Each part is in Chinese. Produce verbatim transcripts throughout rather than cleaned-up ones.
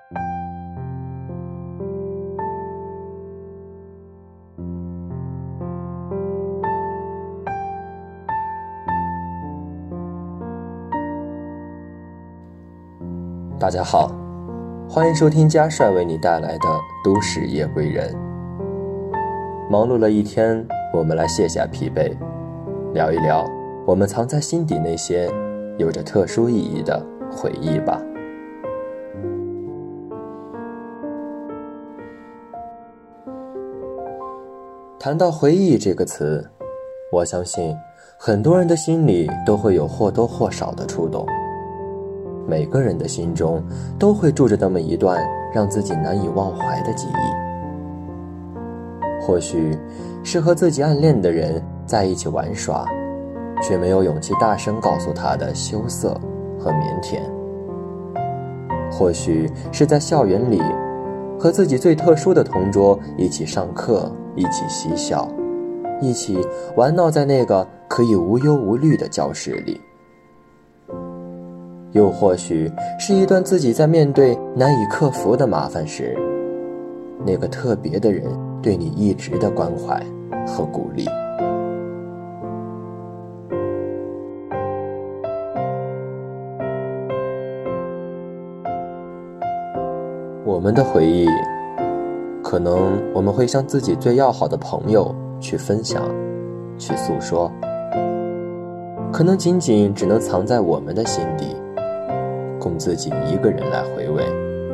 大家好，欢迎收听家帅为你带来的都市夜归人。忙碌了一天，我们来卸下疲惫，聊一聊我们藏在心底那些有着特殊意义的回忆吧。谈到回忆这个词，我相信很多人的心里都会有或多或少的触动。每个人的心中都会住着那么一段让自己难以忘怀的记忆，或许是和自己暗恋的人在一起玩耍，却没有勇气大声告诉他的羞涩和腼腆，或许是在校园里和自己最特殊的同桌一起上课，一起嬉笑，一起玩闹在那个可以无忧无虑的教室里，又或许是一段自己在面对难以克服的麻烦时，那个特别的人对你一直的关怀和鼓励。我们的回忆，可能我们会向自己最要好的朋友去分享，去诉说，可能仅仅只能藏在我们的心底，供自己一个人来回味，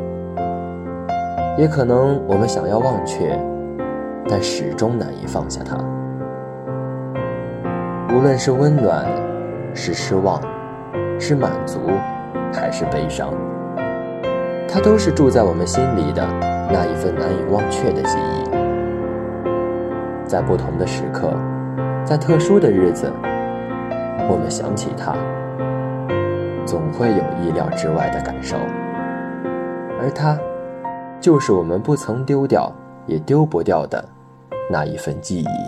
也可能我们想要忘却，但始终难以放下它。无论是温暖，是失望，是满足，还是悲伤，它都是住在我们心里的那一份难以忘却的记忆。在不同的时刻，在特殊的日子，我们想起它，总会有意料之外的感受，而它就是我们不曾丢掉也丢不掉的那一份记忆。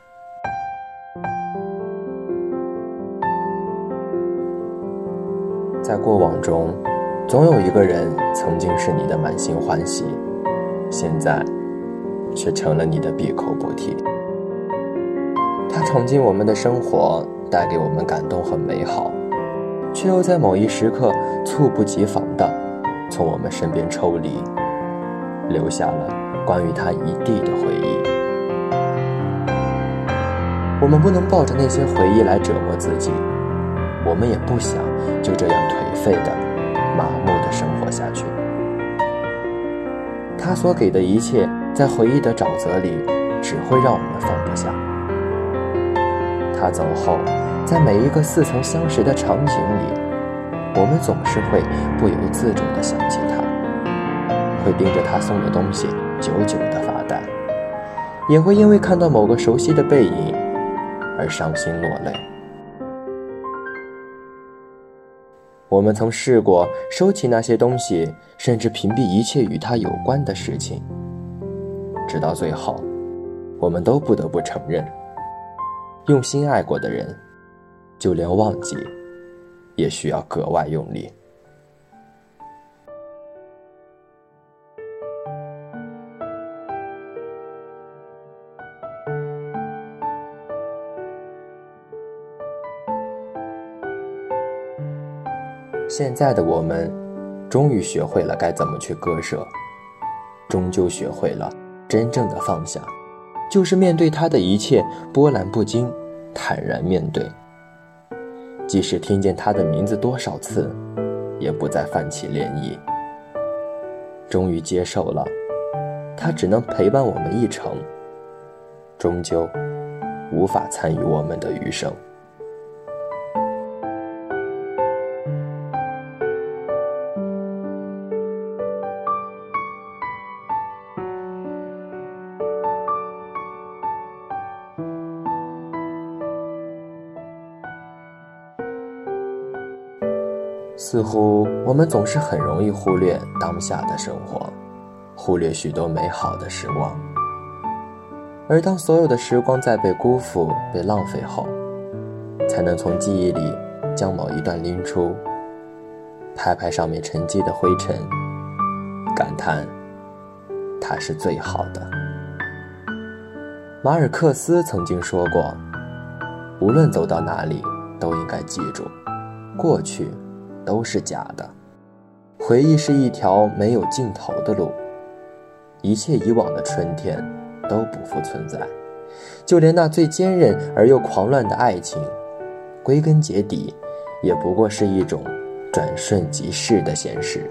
在过往中，总有一个人曾经是你的满心欢喜，现在却成了你的闭口不提。他闯进我们的生活，带给我们感动和美好，却又在某一时刻猝不及防地从我们身边抽离，留下了关于他一地的回忆。我们不能抱着那些回忆来折磨自己，我们也不想就这样颓废的麻木地生活下去。他所给的一切，在回忆的沼泽里只会让我们放不下。他走后，在每一个似曾相识的场景里，我们总是会不由自主地想起他，会盯着他送的东西久久地发呆，也会因为看到某个熟悉的背影而伤心落泪。我们曾试过收起那些东西，甚至屏蔽一切与他有关的事情，直到最后，我们都不得不承认，用心爱过的人，就连忘记也需要格外用力。现在的我们终于学会了该怎么去割舍，终究学会了真正的放下，就是面对他的一切波澜不惊，坦然面对。即使听见他的名字多少次，也不再泛起涟漪。终于接受了他只能陪伴我们一程，终究无法参与我们的余生。似乎我们总是很容易忽略当下的生活，忽略许多美好的时光。而当所有的时光在被辜负、被浪费后，才能从记忆里将某一段拎出，拍拍上面沉积的灰尘， 感叹它是最好的。马尔克斯曾经说过，无论走到哪里，都应该记住，过去都是假的，回忆是一条没有尽头的路，一切以往的春天都不复存在，就连那最坚韧而又狂乱的爱情，归根结底也不过是一种转瞬即逝的现实。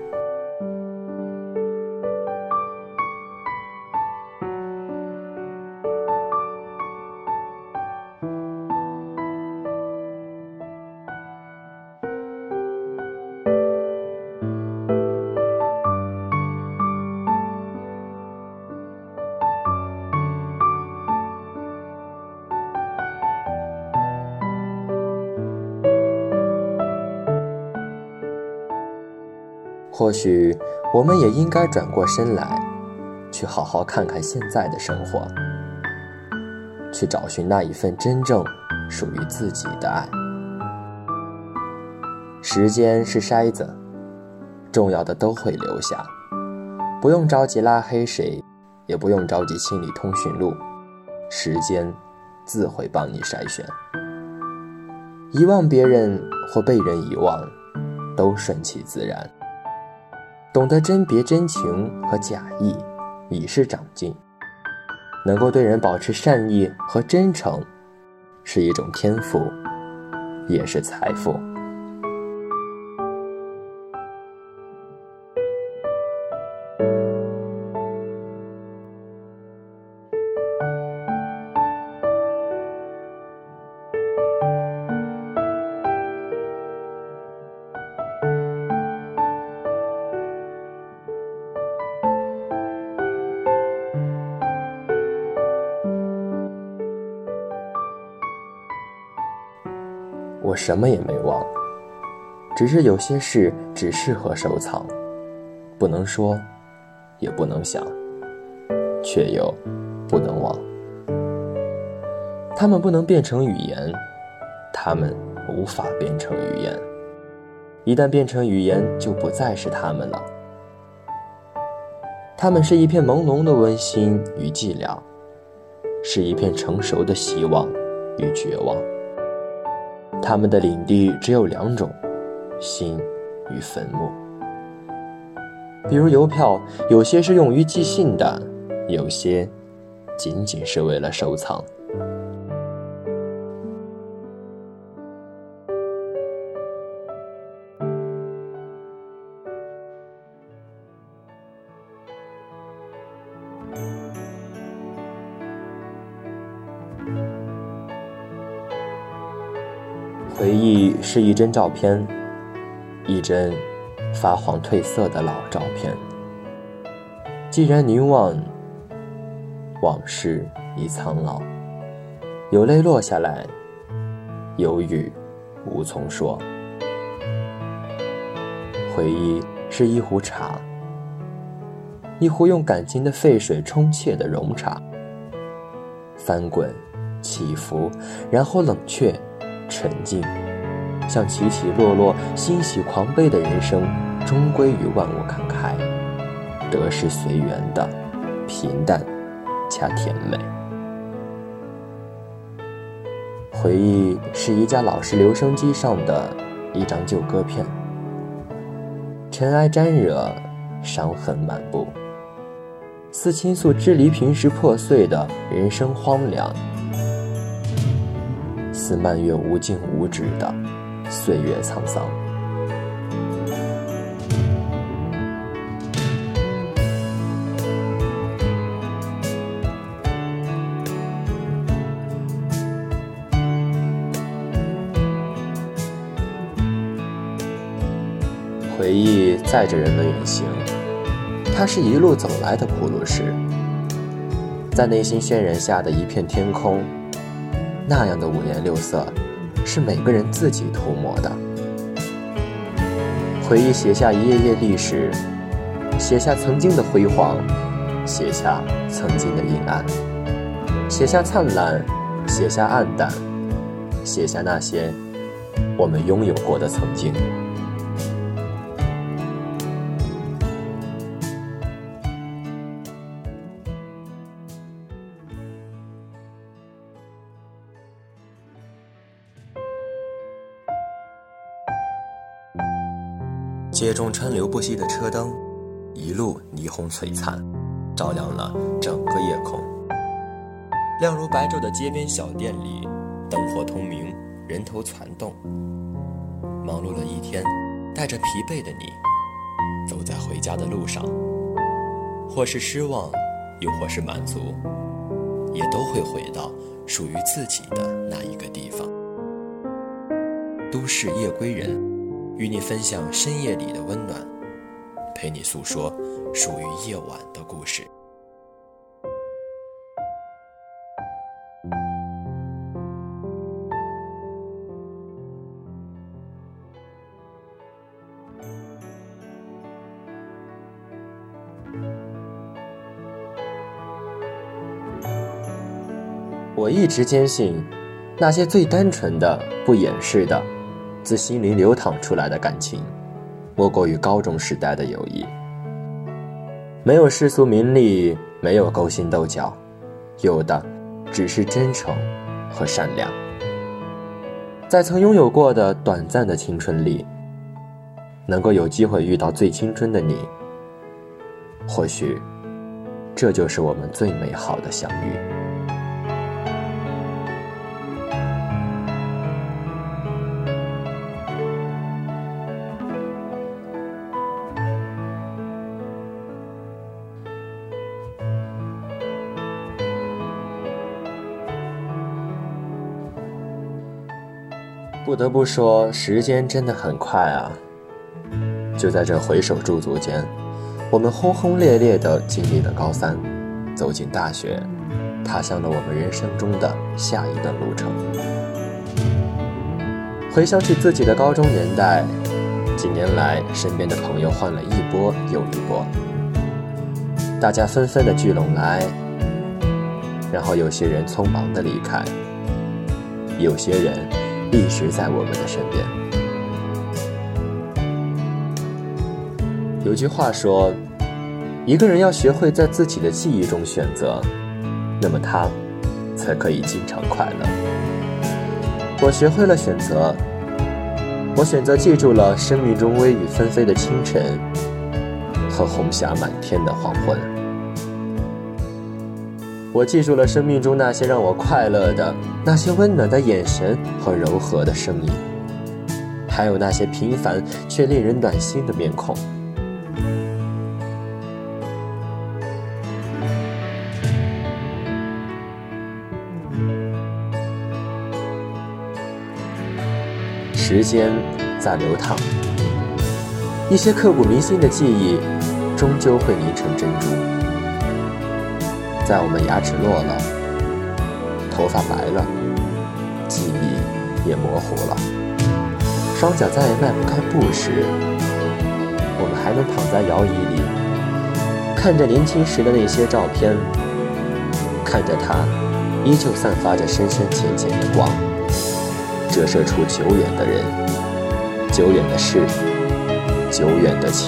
或许我们也应该转过身来，去好好看看现在的生活，去找寻那一份真正属于自己的爱。时间是筛子，重要的都会留下，不用着急拉黑谁，也不用着急清理通讯录，时间自会帮你筛选。遗忘别人或被人遗忘，都顺其自然。懂得甄别真情和假意，已是长进。能够对人保持善意和真诚，是一种天赋，也是财富。我什么也没忘，只是有些事只适合收藏，不能说，也不能想，却又不能忘。它们不能变成语言，它们无法变成语言，一旦变成语言，就不再是它们了。它们是一片朦胧的温馨与寂寥，是一片成熟的希望与绝望。他们的领地只有两种，心与坟墓。比如邮票，有些是用于寄信的，有些仅仅是为了收藏。回忆是一帧照片，一帧发黄褪色的老照片。既然凝望，往事已苍老，有泪落下来，有语无从说。回忆是一壶茶，一壶用感情的沸水冲沏的浓茶，翻滚起伏，然后冷却沉静，像起起落落欣喜狂悲的人生，终归于万物慷慨，得失随缘的平淡恰甜美。回忆是一架老式留声机上的一张旧歌片，尘埃沾惹，伤痕满布，似倾诉支离平时破碎的人生荒凉，似漫月无尽无止的岁月沧桑。回忆载着人们远行，它是一路走来的普鲁士，在内心渲染下的一片天空，那样的五颜六色，是每个人自己涂抹的。回忆写下一页页历史，写下曾经的辉煌，写下曾经的阴暗，写下灿烂，写下暗淡，写下那些我们拥有过的曾经。 街中川流不息的车灯，一路霓虹璀璨，照亮了整个夜空。亮如白昼的街边小店里，灯火通明，人头攒动。忙碌了一天，带着疲惫的你，走在回家的路上，或是失望，又或是满足，也都会回到属于自己的那一个地方。都市夜归人，与你分享深夜里的温暖，陪你诉说属于夜晚的故事。我一直坚信，那些最单纯的、不掩饰的、自心灵流淌出来的感情，莫过于高中时代的友谊。没有世俗名利，没有勾心斗角，有的只是真诚和善良。在曾拥有过的短暂的青春里，能够有机会遇到最青春的你，或许这就是我们最美好的相遇。不得不说，时间真的很快啊！就在这回首驻足间，我们轰轰烈烈地经历了高三，走进大学，踏向了我们人生中的下一段路程。回想起自己的高中年代，几年来身边的朋友换了一波又一波，大家纷纷的聚拢来，然后有些人匆忙的离开，有些人一直在我们的身边。有句话说，一个人要学会在自己的记忆中选择，那么他才可以经常快乐。我学会了选择，我选择记住了生命中微雨纷飞的清晨和红霞满天的黄昏。我记住了生命中那些让我快乐的，那些温暖的眼神和柔和的声音，还有那些平凡却令人暖心的面孔。时间在流淌，一些刻骨铭心的记忆终究会凝成珍珠。在我们牙齿落了，头发白了，记忆也模糊了，双脚再也迈不开步时，我们还能躺在摇椅里，看着年轻时的那些照片，看着它依旧散发着深深浅浅的光，折射出久远的人、久远的事、久远的情，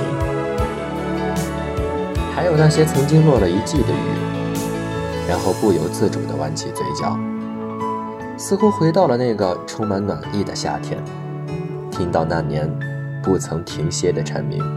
还有那些曾经落了一季的雨，然后不由自主地弯起嘴角，似乎回到了那个充满暖意的夏天，听到那年不曾停歇的蝉鸣。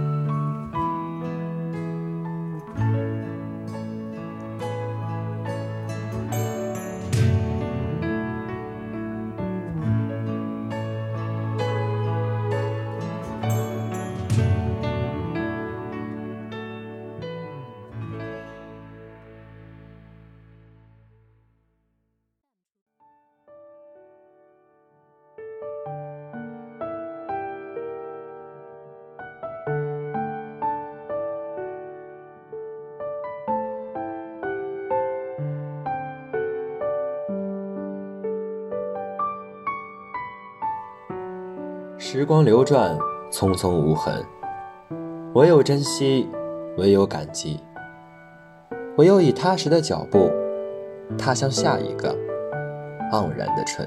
时光流转，匆匆无痕，唯有珍惜，唯有感激，唯有以踏实的脚步踏向下一个盎然的春。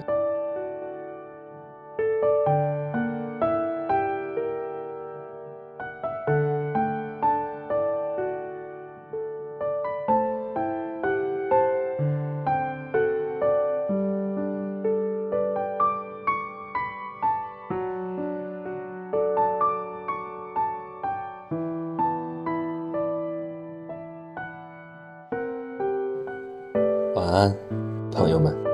晚安，朋友们。